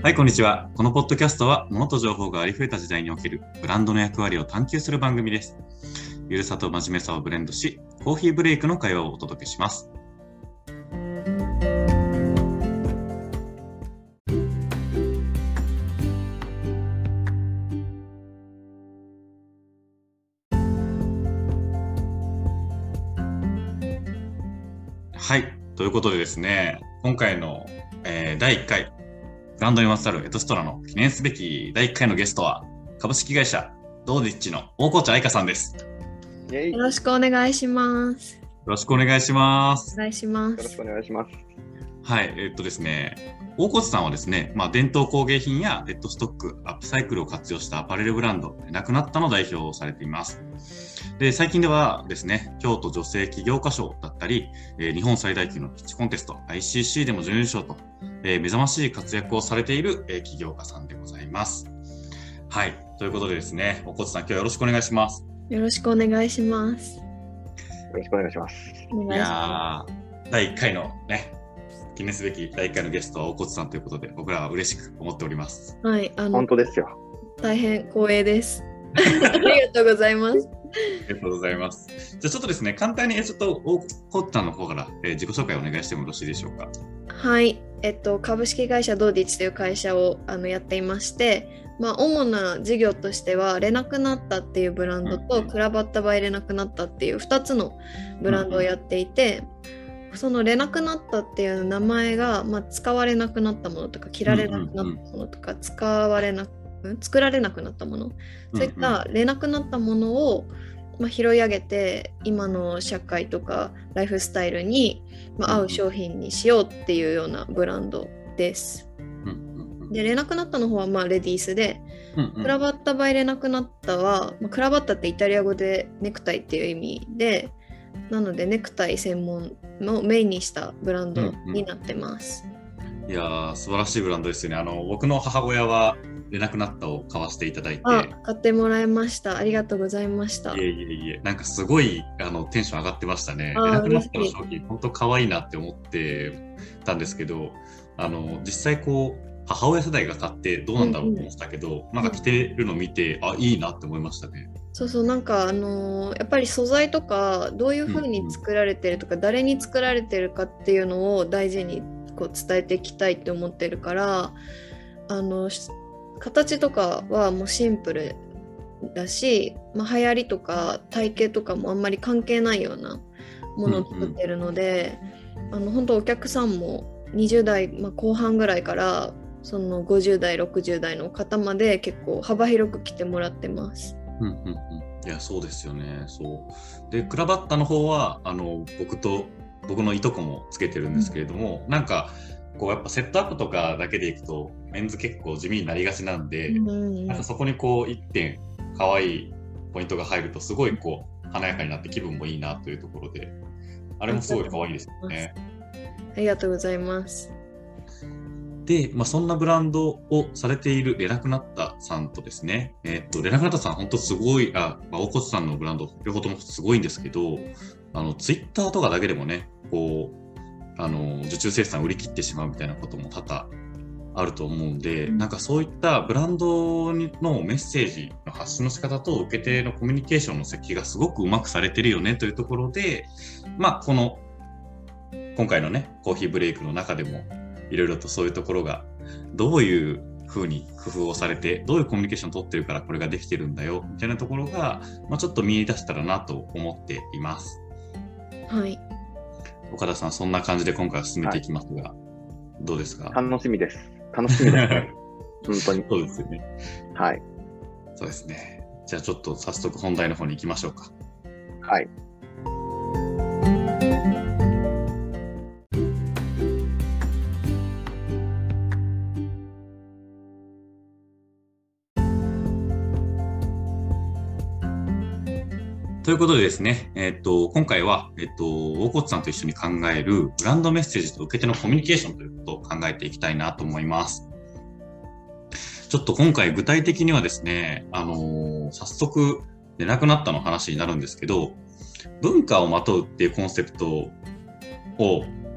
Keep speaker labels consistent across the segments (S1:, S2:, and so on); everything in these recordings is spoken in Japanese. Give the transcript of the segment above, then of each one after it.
S1: はい、こんにちは。このポッドキャストは、物と情報がありふれた時代におけるブランドの役割を探求する番組です。ゆるさと真面目さをブレンドし、コーヒーブレイクの会話をお届けします。はい、ということでですね、今回の、第1回、ブランドにまつわるエトストラの記念すべき第1回のゲストは、株式会社ドーディッチの大河内愛香さんです。
S2: よろしくお願いします。
S1: よろしくお願いします。
S2: お願いします。
S3: よろしくお願いします。
S1: はい、ですね、大河内さんはですね、伝統工芸品やデッドストック、アップサイクルを活用したアパレルブランド、なくなったの代表をされています。で、最近ではですね、京都女性起業家賞だったり、日本最大級のピッチコンテスト ICC でも準優勝と、目覚ましい活躍をされている、起業家さんでございます。はい、ということでですね、大河内さん、今日はよろしくお願いします。
S2: よろしくお願いします。
S3: よろしくお願いします。
S2: お願いします。
S1: いやー、第1回のね、記念すべき第1回のゲストは大河内さんということで、僕らは嬉しく思っております。
S2: はい、
S3: 本当ですよ。
S2: 大変光栄です。ありがとうございます。
S1: ありがとうございます。じゃあちょっとですね、簡単にちょっと大河内さんの方から、自己紹介をお願いしてもよろしいでしょうか。
S2: はい、株式会社ドーディッチという会社をやっていまして、主な事業としてはレナクナッタっていうブランドと、クラバッタバイレナクナッタっていう2つのブランドをやっていて、そのレナクナッタっていう名前が、使われなくなったものとか着られなくなったものとか、作られなくなったもの、そういったれなくなったものを、拾い上げて今の社会とかライフスタイルに、合う商品にしようっていうようなブランドです。で、レナクナッタの方はレディースで、クラバッタバイレナクナッタは、クラバッタってイタリア語でネクタイっていう意味で、なのでネクタイ専門のメインにしたブランドになってます。
S1: いやー、素晴らしいブランドですよね。僕の母親はレナクナッタを買わせていただいて、
S2: 買ってもらいました。ありがとうございました。
S1: いえ、なんかすごいテンション上がってましたね。レナクナッタの商品本当可愛いなって思ってたんですけど、実際こう母親世代が買ってどうなんだろうと思ってたけど、なんか着てるの見て、いいなって思いましたね。
S2: そうなんかやっぱり素材とかどういう風に作られてるとか、誰に作られてるかっていうのを大事にこう伝えていきたいって思ってるから、形とかはもうシンプルだし、流行りとか体型とかもあんまり関係ないようなものを作ってるので、本当お客さんも20代、後半ぐらいからその50代60代の方まで結構幅広く着てもらってます。
S1: いや、そうですよね。そうで、クラバッタの方は僕のいとこもつけてるんですけれども、なんかこうやっぱセットアップとかだけでいくとメンズ結構地味になりがちなんで、なんかそこにこう1点可愛いポイントが入るとすごいこう華やかになって気分もいいなというところで、あれもすごい可愛いですよね。
S2: ありがとうございます。
S1: で、そんなブランドをされているレナクナッタさんとですね、レナクナッタさん本当すごい、大河内さんのブランド両方ともすごいんですけど、ツイッターとかだけでもね、こう受注生産売り切ってしまうみたいなことも多々あると思うんで、なんかそういったブランドのメッセージの発信の仕方と受け手のコミュニケーションの設計がすごくうまくされてるよねというところで、この今回のねコーヒーブレイクの中でもいろいろとそういうところがどういう風に工夫をされて、どういうコミュニケーションを取ってるからこれができてるんだよみたいなところが、ちょっと見え出したらなと思っています。
S2: はい。
S1: 岡田さん、そんな感じで今回は進めていきますが、どうですか？
S3: 楽しみです。楽しみですね。本当に。
S1: そうですよね。
S3: はい。
S1: そうですね。じゃあちょっと早速本題の方に行きましょうか。
S3: はい。
S1: ということでですね、今回は、大河内さんと一緒に考えるブランドメッセージと受け手のコミュニケーションということを考えていきたいなと思います。ちょっと今回具体的にはですね、早速レナクナッタの話になるんですけど、文化をまとうっていうコンセプトを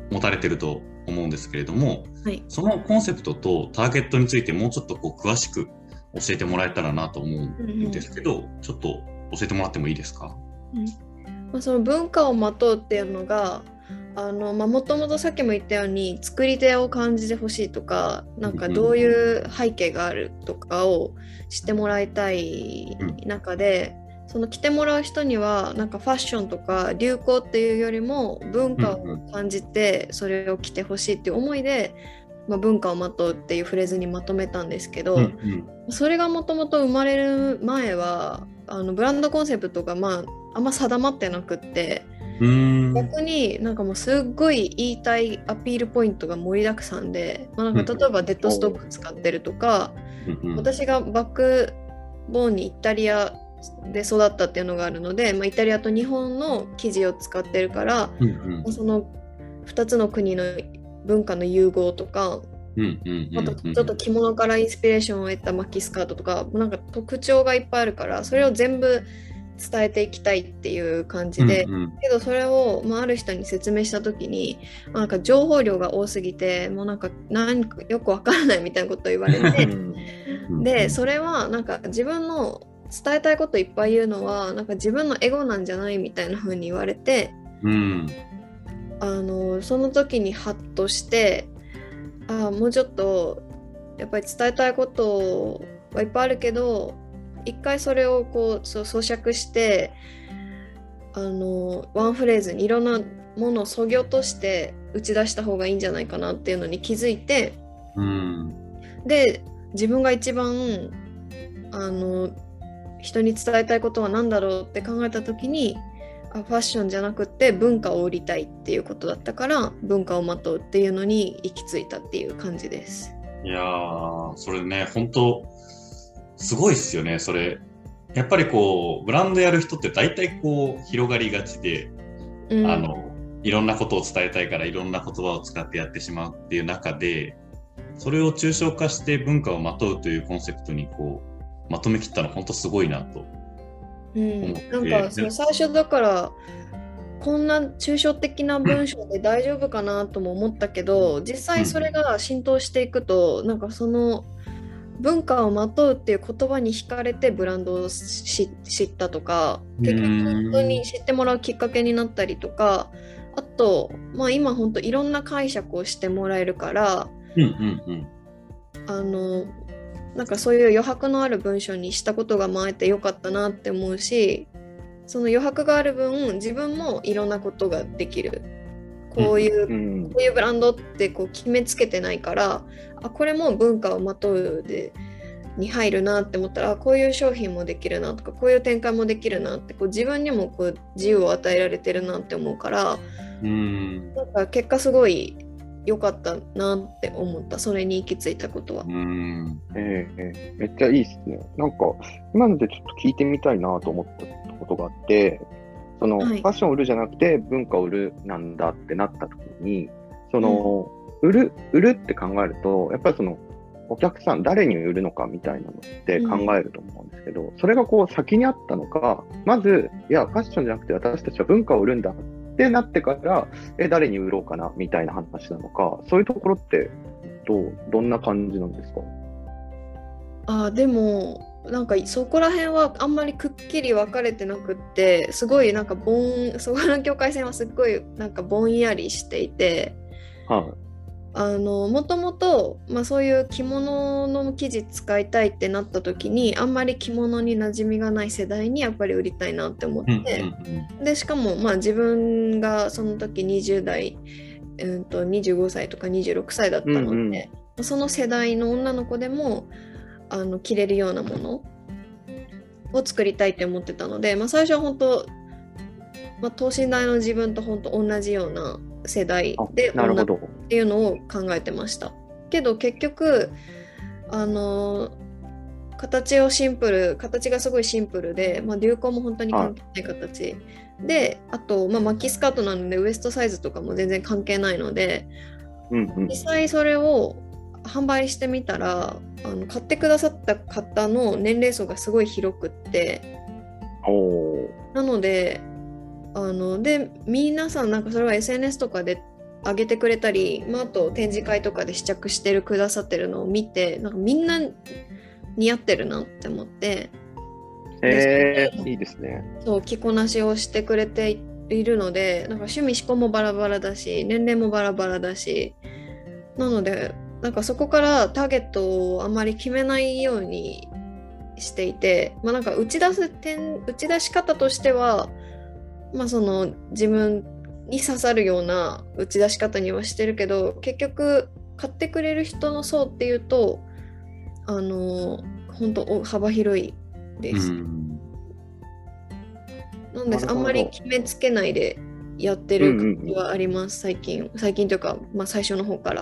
S1: 持たれてると思うんですけれども、
S2: はい。
S1: そのコンセプトとターゲットについてもうちょっとこう詳しく教えてもらえたらなと思うんですけど、ちょっと教えてもらってもいいですか？
S2: その文化をまとうっていうのがもともとさっきも言ったように作り手を感じてほしいとか、なんかどういう背景があるとかを知ってもらいたい中で、その着てもらう人にはなんかファッションとか流行っていうよりも文化を感じてそれを着てほしいっていう思いで、文化をまとうっていうフレーズにまとめたんですけど、それがもともと生まれる前はブランドコンセプトがあんま定まってなくって、逆になんかもうすっごい言いたいアピールポイントが盛りだくさんで、なんか例えばデッドストック使ってるとか、私がバックボーンにイタリアで育ったっていうのがあるので、イタリアと日本の生地を使ってるから、その2つの国の文化の融合とか、あとちょっと着物からインスピレーションを得た巻きスカートとか、なんか特徴がいっぱいあるから、それを全部伝えていきたいっていう感じで、けどそれを、ある人に説明した時になんか情報量が多すぎてもうなんかよくわからないみたいなことを言われてでそれはなんか自分の伝えたいこといっぱい言うのはなんか自分のエゴなんじゃないみたいな風に言われて、その時にハッとして、もうちょっとやっぱり伝えたいことはいっぱいあるけど、一回それをこう咀嚼してワンフレーズにいろんなものをそぎ落として打ち出した方がいいんじゃないかなっていうのに気づいて、で自分が一番人に伝えたいことは何だろうって考えた時にファッションじゃなくって文化を売りたいっていうことだったから、文化をまとうっていうのに行き着いたっていう感じです。
S1: いやー、それね、本当すごいっすよね。それやっぱりこうブランドやる人って大体こう広がりがちで、いろんなことを伝えたいからいろんな言葉を使ってやってしまうっていう中で、それを抽象化して文化をまとうというコンセプトにこうまとめきったの本当すごいなと思って、
S2: なんかその最初だからこんな抽象的な文章で大丈夫かなとも思ったけど、実際それが浸透していくと、なんかその文化をまとうっていう言葉に惹かれてブランドを知ったとか、結局本当に知ってもらうきっかけになったりとか、あと、今本当いろんな解釈をしてもらえるから、なんかそういう余白のある文章にしたことがあえてよかったなって思うし、その余白がある分自分もいろんなことができる。こういうブランドってこう決めつけてないから、これも文化をまとうに入るなって思ったら、こういう商品もできるなとか、こういう展開もできるなってこう自分にもこう自由を与えられてるなって思うから、なんか結果すごい良かったなって思った。それに行き着いたことは。
S3: めっちゃいいですね。なんか今のでちょっと聞いてみたいなと思ったことがあって、そのファッションを売るじゃなくて文化を売るなんだってなった時に、その、売るって考えると、やっぱりそのお客さん誰に売るのかみたいなのって考えると思うんですけど、それがこう先にあったのか、まずいやファッションじゃなくて私たちは文化を売るんだってなってから誰に売ろうかなみたいな話なのか、そういうところってどんな感じなんですか？
S2: でもなんかそこら辺はあんまりくっきり分かれてなくって、すごいなんかそこの境界線はすっごいなんかぼんやりしていて、もともとそういう着物の生地使いたいってなった時に、あんまり着物に馴染みがない世代にやっぱり売りたいなって思って、でしかも自分がその時20代、25歳とか26歳だったので、その世代の女の子でも着れるようなものを作りたいって思ってたので、最初は本当、等身大の自分と本当同じような世代で女っていうのを考えてました。けど結局形がすごいシンプルで、流行も本当に関係ない形で、あと、巻きスカートなのでウエストサイズとかも全然関係ないので、実際それを販売してみたら買ってくださった方の年齢層がすごい広くって、なので皆さんなんかそれは SNS とかで上げてくれたり、あと展示会とかで試着してるくださってるのを見て、なんかみんな似合ってるなって思って、
S3: いいですね。
S2: そう着こなしをしてくれているので、なんか趣味嗜好もバラバラだし、年齢もバラバラだし、なのでなんかそこからターゲットをあまり決めないようにしていて、なんか打ち出し方としては、その自分に刺さるような打ち出し方にはしてるけど、結局買ってくれる人の層っていうと本当幅広いです。なんです、あんまり決めつけないでやってる感じはあります、最近というか、最初の方から。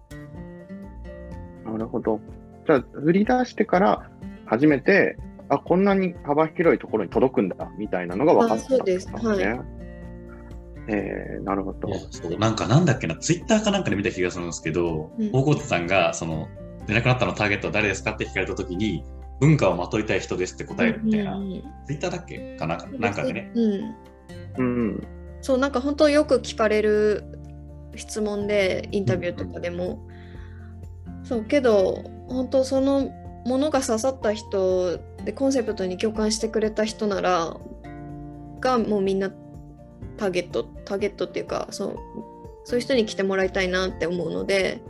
S3: なるほど。じゃあ売り出してから初めてこんなに幅広いところに届くんだみたいなのが分かったんですね。
S2: そうです。はい。
S3: なるほど。
S1: なんだっけな、ツイッターかなんかで見た気がするんですけど、大河内さんが出なくなったのターゲットは誰ですかって聞かれたときに、文化をまといたい人ですって答えるみたいな、ツイッターだっけかなんかでね。
S2: そう、なんか本当よく聞かれる質問で、インタビューとかでも。そうけど、本当そのものが刺さった人で、コンセプトに共感してくれた人ならがもうみんなターゲットっていうか、そういう人に来てもらいたいなって思うので、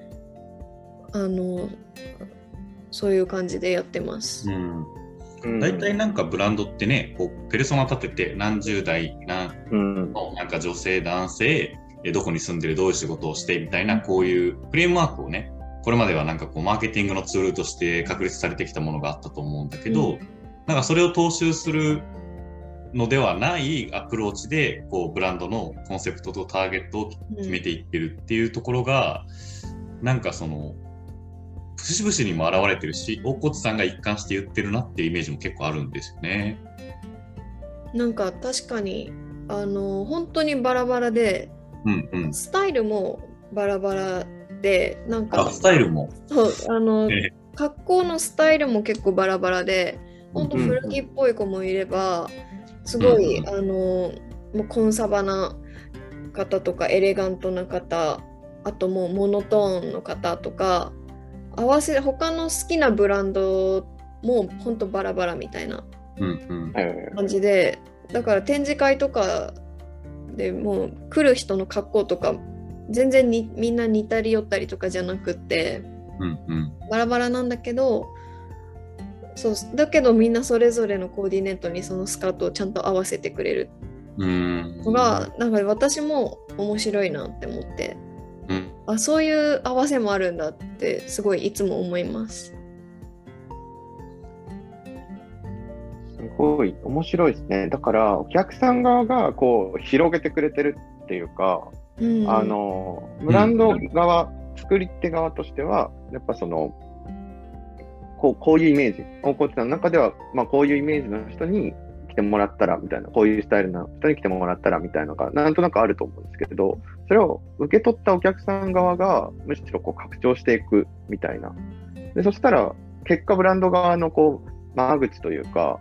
S2: そういう感じでやってます。
S1: 大体なんかブランドってね、こうペルソナ立てて何十代のなんか女性男性どこに住んでる、どういう仕事をしてみたいな、こういうフレームワークをね、これまではなんかこうマーケティングのツールとして確立されてきたものがあったと思うんだけど、なんかそれを踏襲するのではないアプローチでこうブランドのコンセプトとターゲットを決めていってるっていうところが、なんか節々にも現れてるし、大河内さんが一貫して言ってるなっていうイメージも結構あるんですよね。
S2: なんか確かに本当にバラバラで、スタイルもバラバラで、なんか
S1: スタイルも
S2: 格好のスタイルも結構バラバラで、本当古着っぽい子もいれば、すごいもうコンサバな方とかエレガントな方、あともうモノトーンの方とか、他の好きなブランドも本当バラバラみたいな感じで、だから展示会とかでもう来る人の格好とか全然みんな似たり寄ったりとかじゃなくって、バラバラなんだけど、だけどみんなそれぞれのコーディネートにそのスカートをちゃんと合わせてくれるのが、なんか私も面白いなって思って、そういう合わせもあるんだってすごいいつも思います。
S3: すごい面白いですね。だからお客さん側がこう広げてくれてるっていうか、ブランド側、作り手側としてはやっぱこういうイメージ、大河内さんの中では、こういうイメージの人に来てもらったらみたいな、こういうスタイルの人に来てもらったらみたいなのがなんとなくあると思うんですけど、それを受け取ったお客さん側がむしろこう拡張していくみたいな。でそしたら結果ブランド側のこう間口というか、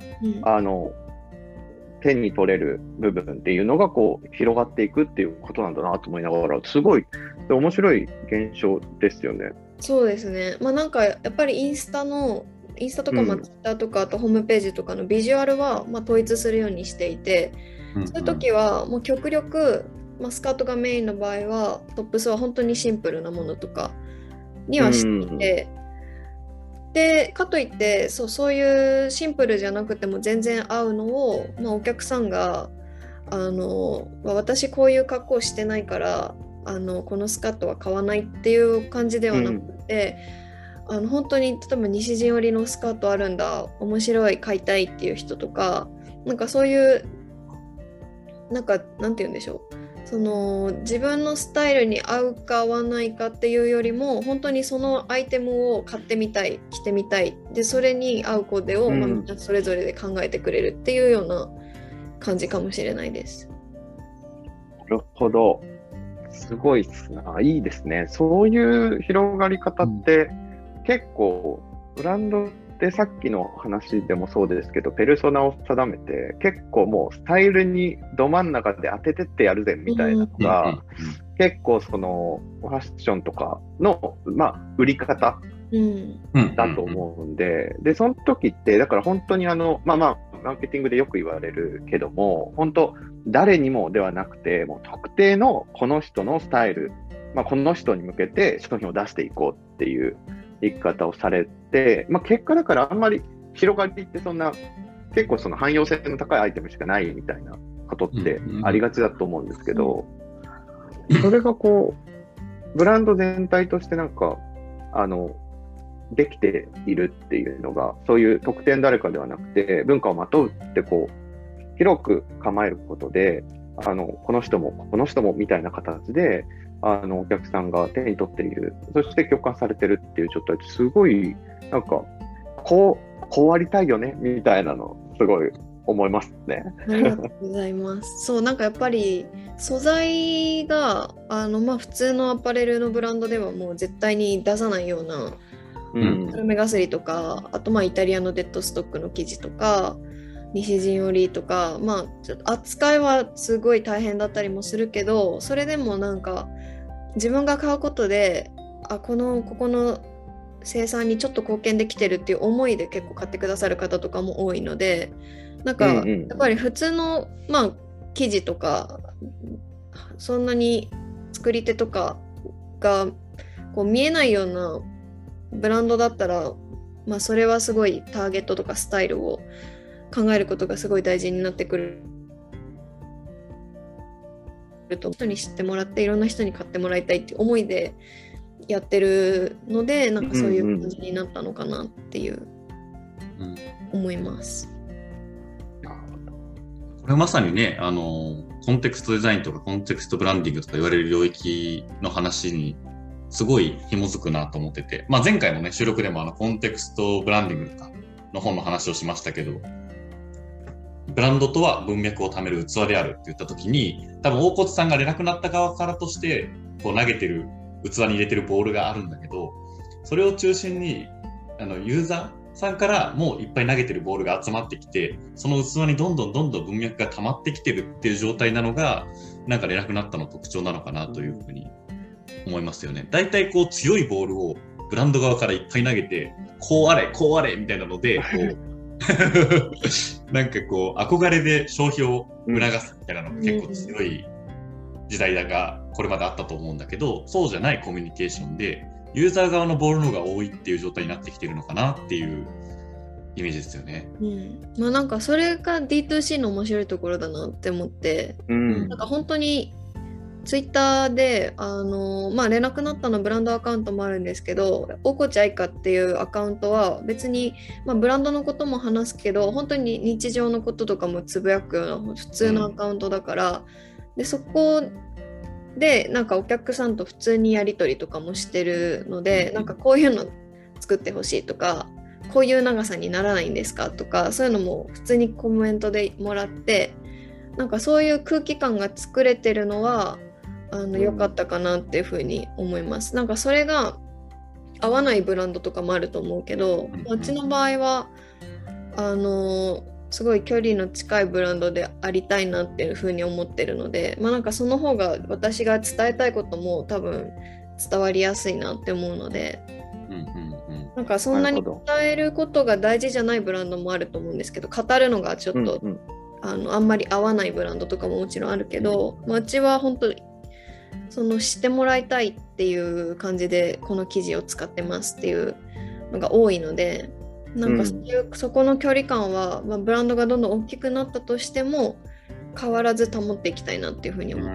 S3: 手に取れる部分っていうのがこう広がっていくっていうことなんだなと思いながら、すごい面白い現象ですよね。
S2: そうですね。なんかやっぱりインスタとかツイッターとか、あとホームページとかのビジュアルは統一するようにしていて、そういう時はもう極力、スカートがメインの場合はトップスは本当にシンプルなものとかにはしていて、でかといってそういうシンプルじゃなくても全然合うのを、お客さんが私こういう格好してないからこのスカートは買わないっていう感じではなくて、本当に例えば西陣織のスカートあるんだ、面白い、買いたいっていう人とか、なんかそういうなんて言うんでしょう、自分のスタイルに合うか合わないかっていうよりも、本当にそのアイテムを買ってみたい、着てみたい、でそれに合うコーデを、みんなそれぞれで考えてくれるっていうような感じかもしれないです。
S3: なるほど、すごいっすな、いいですね。そういう広がり方って結構ブランドでさっきの話でもそうですけど、ペルソナを定めて結構もうスタイルにど真ん中で当ててってやるぜみたいなのが結構そのファッションとかの、売り方だと思うんで、で、その時って、だから本当にマーケティングでよく言われるけども、本当、誰にもではなくて、もう特定のこの人のスタイル、この人に向けて商品を出していこうっていう言い方をされて、結果だからあんまり広がりってそんな、結構その汎用性の高いアイテムしかないみたいなことってありがちだと思うんですけど、それがこう、ブランド全体としてなんか、できているっていうのが、そういう特典誰かではなくて、文化をまとうってこう、広く構えることで、この人も、この人もみたいな形で、お客さんが手に取っている、そして共感されてるっていう状態って、すごい、なんか、こうありたいよね、みたいなの、すごい思いますね。
S2: ありがとうございます。そう、なんかやっぱり素材が普通のアパレルのブランドではもう絶対に出さないようなスルメガスリとか、あとイタリアのデッドストックの生地とか西陣織とか、ちょっと扱いはすごい大変だったりもするけど、それでもなんか自分が買うことでここの生産にちょっと貢献できてるっていう思いで結構買ってくださる方とかも多いので、なんかやっぱり普通の生地とかそんなに作り手とかがこう見えないようなブランドだったら、それはすごいターゲットとかスタイルを考えることがすごい大事になってくると、人に知ってもらっていろんな人に買ってもらいたいっていう思いでやってるので、なんかそういう感じになったのかなっていう思います。
S1: これまさにね、コンテクストデザインとかコンテクストブランディングとか言われる領域の話にすごい紐づくなと思ってて、前回のね、収録でもコンテクストブランディングとかの本の話をしましたけど、ブランドとは文脈を貯める器であるって言った時に、多分大骨さんが連絡なった側からとしてこう投げてる器に入れてるボールがあるんだけど、それを中心にユーザーさんからもういっぱい投げてるボールが集まってきて、その器にどんどん文脈が溜まってきてるっていう状態なのが、なんか連絡なったの特徴なのかなというふうに思いますよね。だいたいこう強いボールをブランド側からいっぱい投げて、こうあれこうあれみたいなのでこうなんかこう憧れで消費を促すみたいなのが結構強い時代だが、これまであったと思うんだけど、そうじゃないコミュニケーションでユーザー側のボールの方が多いっていう状態になってきてるのかなっていうイメージですよね。
S2: なんかそれが D2C の面白いところだなって思って、なんか本当にツイッターで連絡なったのブランドアカウントもあるんですけど、おこちあいかっていうアカウントは別に、ブランドのことも話すけど、本当に日常のこととかもつぶやくような普通のアカウントだから、でそこでなんかお客さんと普通にやり取りとかもしてるので、なんかこういうの作ってほしいとか、こういう長さにならないんですかとか、そういうのも普通にコメントでもらって、なんかそういう空気感が作れてるのは良かったかなっていうふうに思います。なんかそれが合わないブランドとかもあると思うけど、うちの場合はすごい距離の近いブランドでありたいなっていうふうに思ってるので、なんかその方が私が伝えたいことも多分伝わりやすいなって思うので、なんかそんなに伝えることが大事じゃないブランドもあると思うんですけど、語るのがちょっと、あんまり合わないブランドとかももちろんあるけど、うちは本当に知ってもらいたいっていう感じでこの記事を使ってますっていうのが多いので、なんかそこの距離感は、ブランドがどんどん大きくなったとしても変わらず保っていきたいなっていうふうに思う。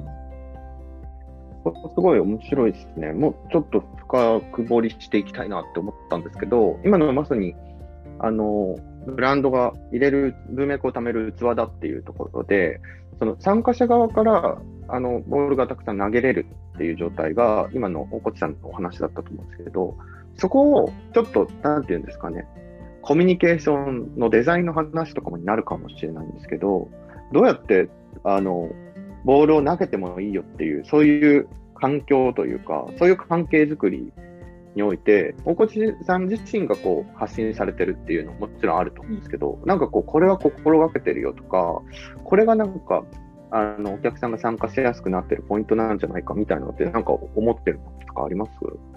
S3: すごい面白いですね。もうちょっと深く掘りしていきたいなって思ったんですけど、今のはまさにブランドが入れる文脈を貯める器だっていうところで、その参加者側からボールがたくさん投げれるっていう状態が今の大越さんのお話だったと思うんですけど、そこをちょっとなんていうんですかね、コミュニケーションのデザインの話とかもになるかもしれないんですけど、どうやってボールを投げてもいいよっていう、そういう環境というか、そういう関係づくりにおいて、大越さん自身がこう発信されてるっていうのももちろんあると思うんですけど、なんかこう、これは心がけてるよとか、これがなんか、 お客さんが参加しやすくなってるポイントなんじゃないかみたいなのって、なんか思ってるのとかあります？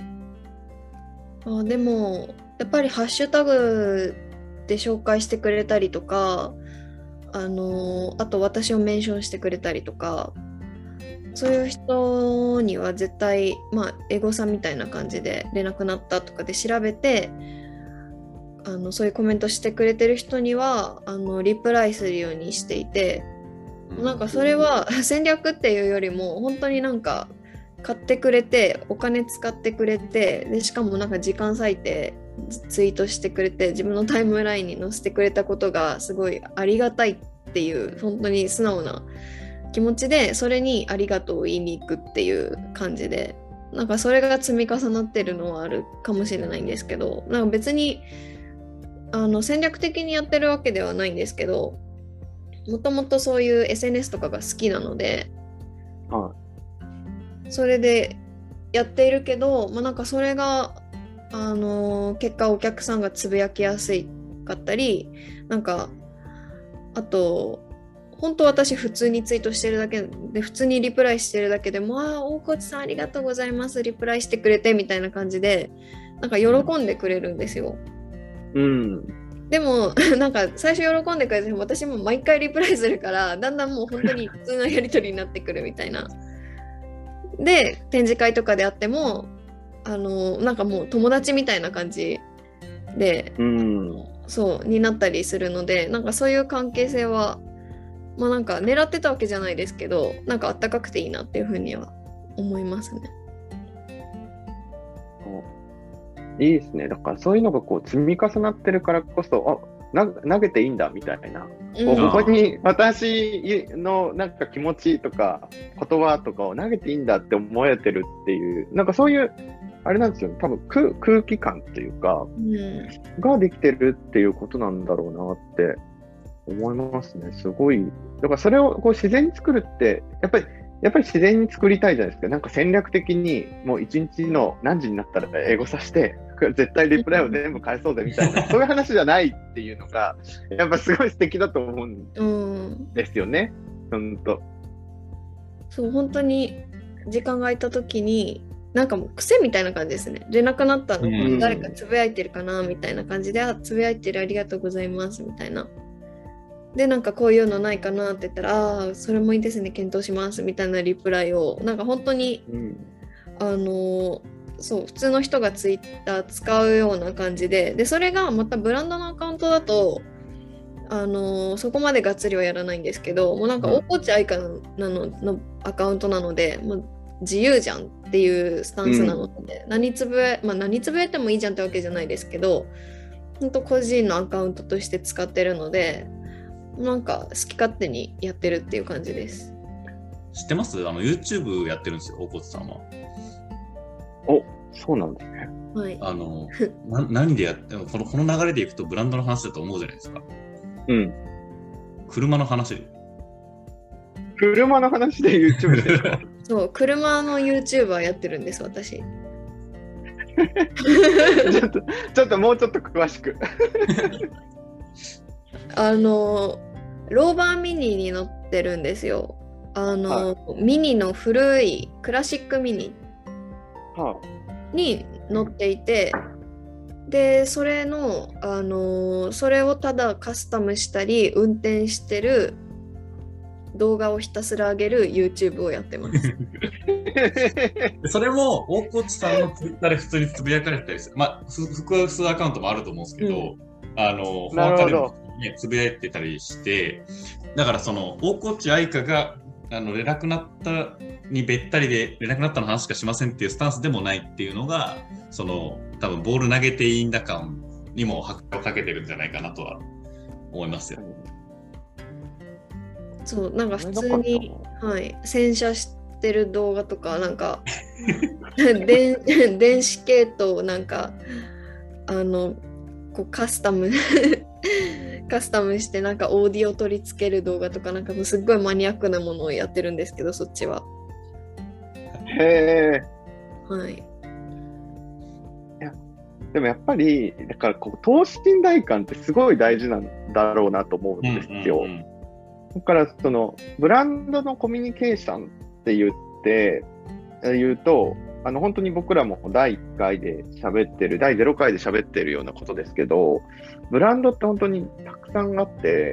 S2: でもやっぱりハッシュタグで紹介してくれたりとか、あと私をメンションしてくれたりとか、そういう人には絶対、エゴさんみたいな感じで連絡なったとかで調べて、そういうコメントしてくれてる人にはリプライするようにしていて、なんかそれは戦略っていうよりも本当になんか買ってくれてお金使ってくれて、でしかもなんか時間割いてツイートしてくれて自分のタイムラインに載せてくれたことがすごいありがたいっていう、本当に素直な気持ちでそれにありがとうを言いに行くっていう感じで、なんかそれが積み重なってるのはあるかもしれないんですけど、なんか別に戦略的にやってるわけではないんですけど、もともとそういう SNS とかが好きなので、それでやっているけど、なんかそれが結果お客さんがつぶやきやすかったり、なんかあと本当私普通にツイートしてるだけで普通にリプライしてるだけでも大河内さんありがとうございますリプライしてくれてみたいな感じでなんか喜んでくれるんですよ。でもなんか最初喜んでくれて私も毎回リプライするからだんだんもう本当に普通のやり取りになってくるみたいな。で展示会とかであってもなんかもう友達みたいな感じで、そうになったりするので、なんかそういう関係性はなんか狙ってたわけじゃないですけど、なんかあったかくていいなっていうふうには思いますね。
S3: いいですね。だからそういうのがこう積み重なってるからこそ、投げていいんだみたいな、ここに私のなんか気持ちとか言葉とかを投げていいんだって思えてるっていう、なんかそういうあれなんですよね。多分空気感っていうか、ができてるっていうことなんだろうなって思いますね。すごい。だからそれをこう自然に作るってやっぱり自然に作りたいじゃないですか。なんか戦略的にもう一日の何時になったら英語させて絶対リプライを全部返そうぜみたいなそういう話じゃないっていうのがやっぱすごい素敵だと思うんですよね。本当。
S2: そう本当に時間が空いた時になんかもう癖みたいな感じですね。連絡なったの誰かつぶやいてるかなみたいな感じで、つぶやいてるありがとうございますみたいな。でなんかこういうのないかなって言ったらそれもいいですね検討しますみたいなリプライをなんか本当に、そう普通の人がツイッター使うような感じで、それがまたブランドのアカウントだとそこまでがっつりはやらないんですけど、もうなんか大河内愛花のアカウントなのでもう自由じゃんっていうスタンスなので、何つぶやいてもいいじゃんってわけじゃないですけど、本当個人のアカウントとして使ってるのでなんか好き勝手にやってるっていう感じです。
S1: 知ってます？YouTube やってるんですよ、大河内さんは。
S3: そうなんですね。
S2: はい。
S1: 何でやってこの流れでいくとブランドの話だと思うじゃないですか。車の話で。
S3: 車の話で YouTube ですか？
S2: そう、車の YouTuber やってるんです、私。
S3: ちょっともうちょっと詳しく。
S2: ローバーミニに乗ってるんですよ。ミニの古いクラシックミニに乗っていて、でそれをただカスタムしたり運転してる動画をひたすら上げる YouTube をやってます。
S1: それも大河内さんの Twitter で普通につぶやかれてたりする。複数アカウントもあると思うんですけど、本当でもつぶやいてたりして、だからその大河内愛花が連絡なったにべったりで連絡なったの話しかしませんっていうスタンスでもないっていうのが、その多分ボール投げていいんだ感にも拍車をかけてるんじゃないかなとは思いますよ。
S2: そうなんか普通に、洗車してる動画とかなんか電子系統なんかこうカスタムしてなんかオーディオ取り付ける動画とかなんかすっごいマニアックなものをやってるんですけど、そっちは。
S3: へー。
S2: はい。
S3: でもやっぱりだから等身大感ってすごい大事なんだろうなと思うんですよ。 だからそのブランドのコミュニケーションって言うと、本当に僕らも第1回で喋ってる、第0回で喋ってるようなことですけど、ブランドって本当にたくさんあって、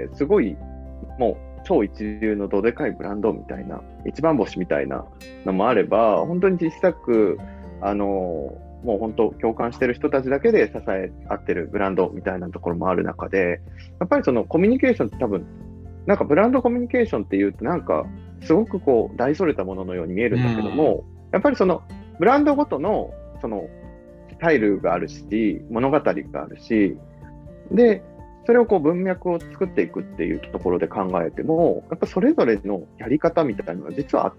S3: すごいもう超一流のどでかいブランドみたいな、一番星みたいなのもあれば、本当に小さく、もう本当共感してる人たちだけで支え合ってるブランドみたいなところもある中で、やっぱりそのコミュニケーションって多分、なんかブランドコミュニケーションっていうとなんかすごくこう大それたもののように見えるんだけども、やっぱりそのブランドごとのそのスタイルがあるし、物語があるし、で、それをこう文脈を作っていくっていうところで考えても、やっぱそれぞれのやり方みたいなのが実はあって、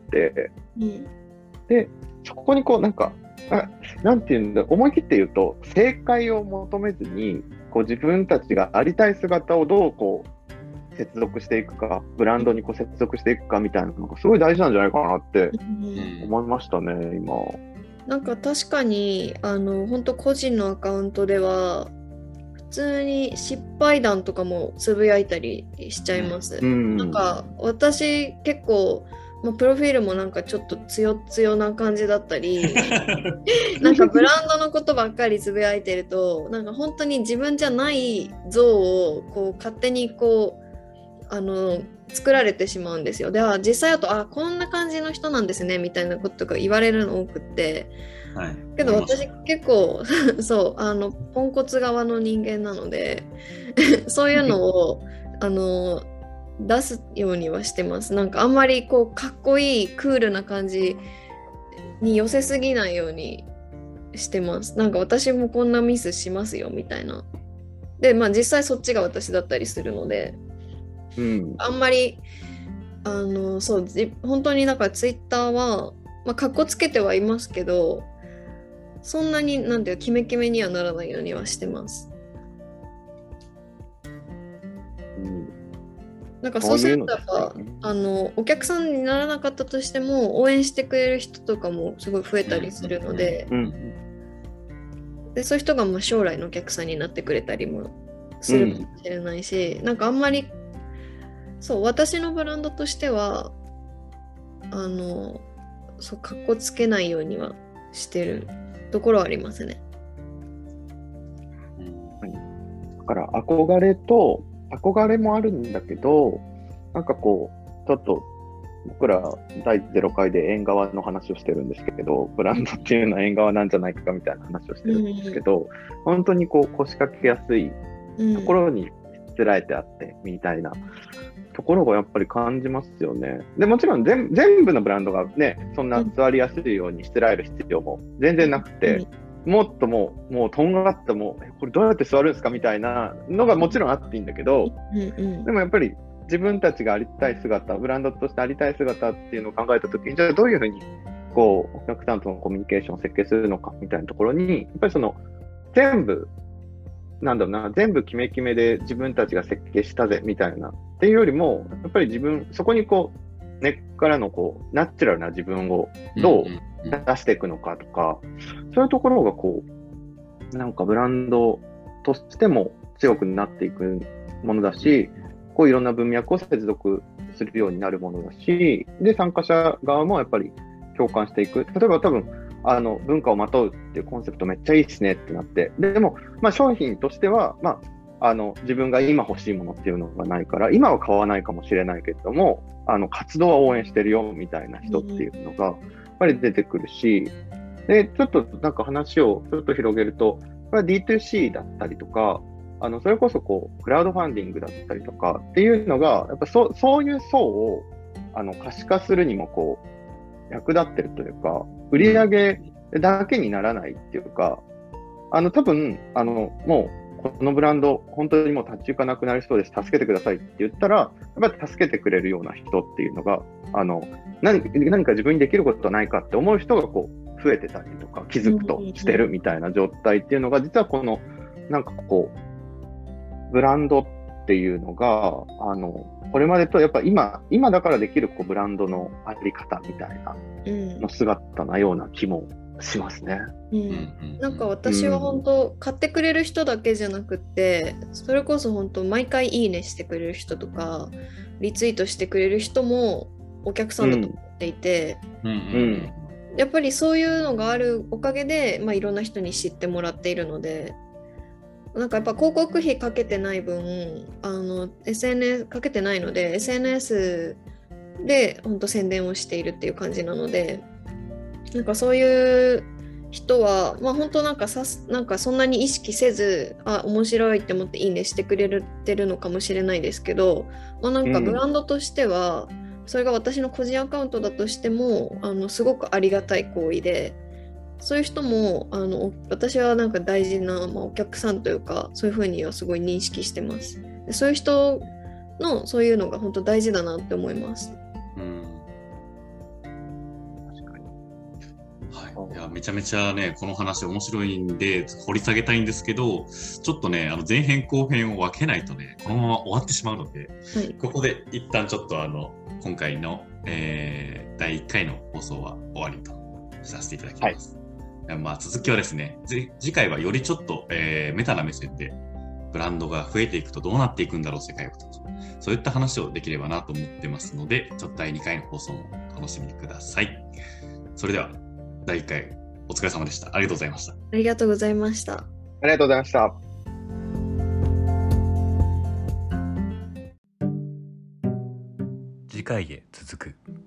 S3: で、そこにこうなんか、なんていうんだ、思い切って言うと、正解を求めずに、こう自分たちがありたい姿をどうこう接続していくか、ブランドにこう接続していくかみたいなのがすごい大事なんじゃないかなって思いましたね、今。
S2: なんか確かに本当個人のアカウントでは普通に失敗談とかもつぶやいたりしちゃいます。なんか私結構プロフィールもなんかちょっと強な感じだったりなんかブランドのことばっかりつぶやいてると、なんか本当に自分じゃない像をこう勝手にこう作られてしまうんですよ。では実際だとこんな感じの人なんですねみたいなことが言われるの多くって、はい、けど私結構そうポンコツ側の人間なのでそういうのを出すようにはしてます。なんかあんまりこうかっこいいクールな感じに寄せすぎないようにしてます。なんか私もこんなミスしますよみたいな。で実際そっちが私だったりするので、あんまりそう本当になんかツイッターはかっこつけてはいますけど、そんなになんていうキメキメにはならないようにはしてます。なんかそうするとやっぱお客さんにならなかったとしても応援してくれる人とかもすごい増えたりするので、でそういう人が将来のお客さんになってくれたりもするかもしれないし、なんかあんまりそう私のブランドとしてはそうかっこつけないようにはしてるところはありますね。
S3: だから憧れもあるんだけど、なんかこうちょっと僕ら第0回で縁側の話をしてるんですけど、ブランドっていうのは縁側なんじゃないかみたいな話をしてるんですけど、本当にこう腰掛けやすいところにつらえてあってみたいなところがやっぱり感じますよね。でもちろん全部のブランドがね、そんな座りやすいようにしつらえる必要も全然なくて、もっともうとんがってもこれどうやって座るんですかみたいなのがもちろんあっていいんだけど、でもやっぱり自分たちがありたい姿、ブランドとしてありたい姿っていうのを考えたときに、じゃあどういうふうにこうお客さんとのコミュニケーションを設計するのかみたいなところに、やっぱりその全部キメキメで自分たちが設計したぜみたいなっていうよりも、やっぱりそこにこう根っからのこうナチュラルな自分をどう出していくのかとか、そういうところがこうなんかブランドとしても強くなっていくものだし、こういろんな文脈を接続するようになるものだし、で参加者側もやっぱり共感していく。例えば多分文化をまとうっていうコンセプトめっちゃいいっすねってなって、でも、商品としては、自分が今欲しいものっていうのがないから、今は買わないかもしれないけれども、活動は応援してるよみたいな人っていうのがやっぱり出てくるし、でちょっとなんか話をちょっと広げると、これは D2C だったりとか、それこそこうクラウドファンディングだったりとかっていうのが、やっぱそういう層を可視化するにもこう役立ってるというか、売り上げだけにならないっていうか、多分もうこのブランド本当にもう立ち行かなくなりそうです、助けてくださいって言ったら、やっぱり助けてくれるような人っていうのが何か自分にできることないかって思う人がこう増えてたりとか気づくとしてるみたいな状態っていうのが、実はこのなんかこうブランドっていうのがこれまでとやっぱ今だからできるこうブランドのあり方みたいなの姿なような気もしますね。
S2: なんか私は本当買ってくれる人だけじゃなくて、それこそ本当毎回いいねしてくれる人とか、 リツイートしてくれる人もお客さんだと思っていて、やっぱりそういうのがあるおかげで、いろんな人に知ってもらっているので、なんかやっぱ広告費かけてない分、SNS かけてないので SNS で本当宣伝をしているっていう感じなので、なんかそういう人は、本当なんかそんなに意識せず、面白いって思っていいねしてくれてるのかもしれないですけど、なんかブランドとしては、それが私の個人アカウントだとしてもすごくありがたい行為で、そういう人も私はなんか大事な、お客さんというか、そういうふうにはすごい認識してます。でそういう人のそういうのが本当大事だなって思います。
S1: いやめちゃめちゃね、この話面白いんで掘り下げたいんですけど、ちょっとね前編後編を分けないとねこのまま終わってしまうので、ここで一旦ちょっと今回の、第1回の放送は終わりとさせていただきます。続きはですね、次回はよりちょっと、メタな目線でブランドが増えていくとどうなっていくんだろう世界はと、そういった話をできればなと思ってますので、ちょっと第2回の放送も楽しみにください。それでは第1回お疲れ様でした。ありがとうございました。あ
S2: りがとうございました。あ
S3: りがとうございました。
S1: 次回へ続く。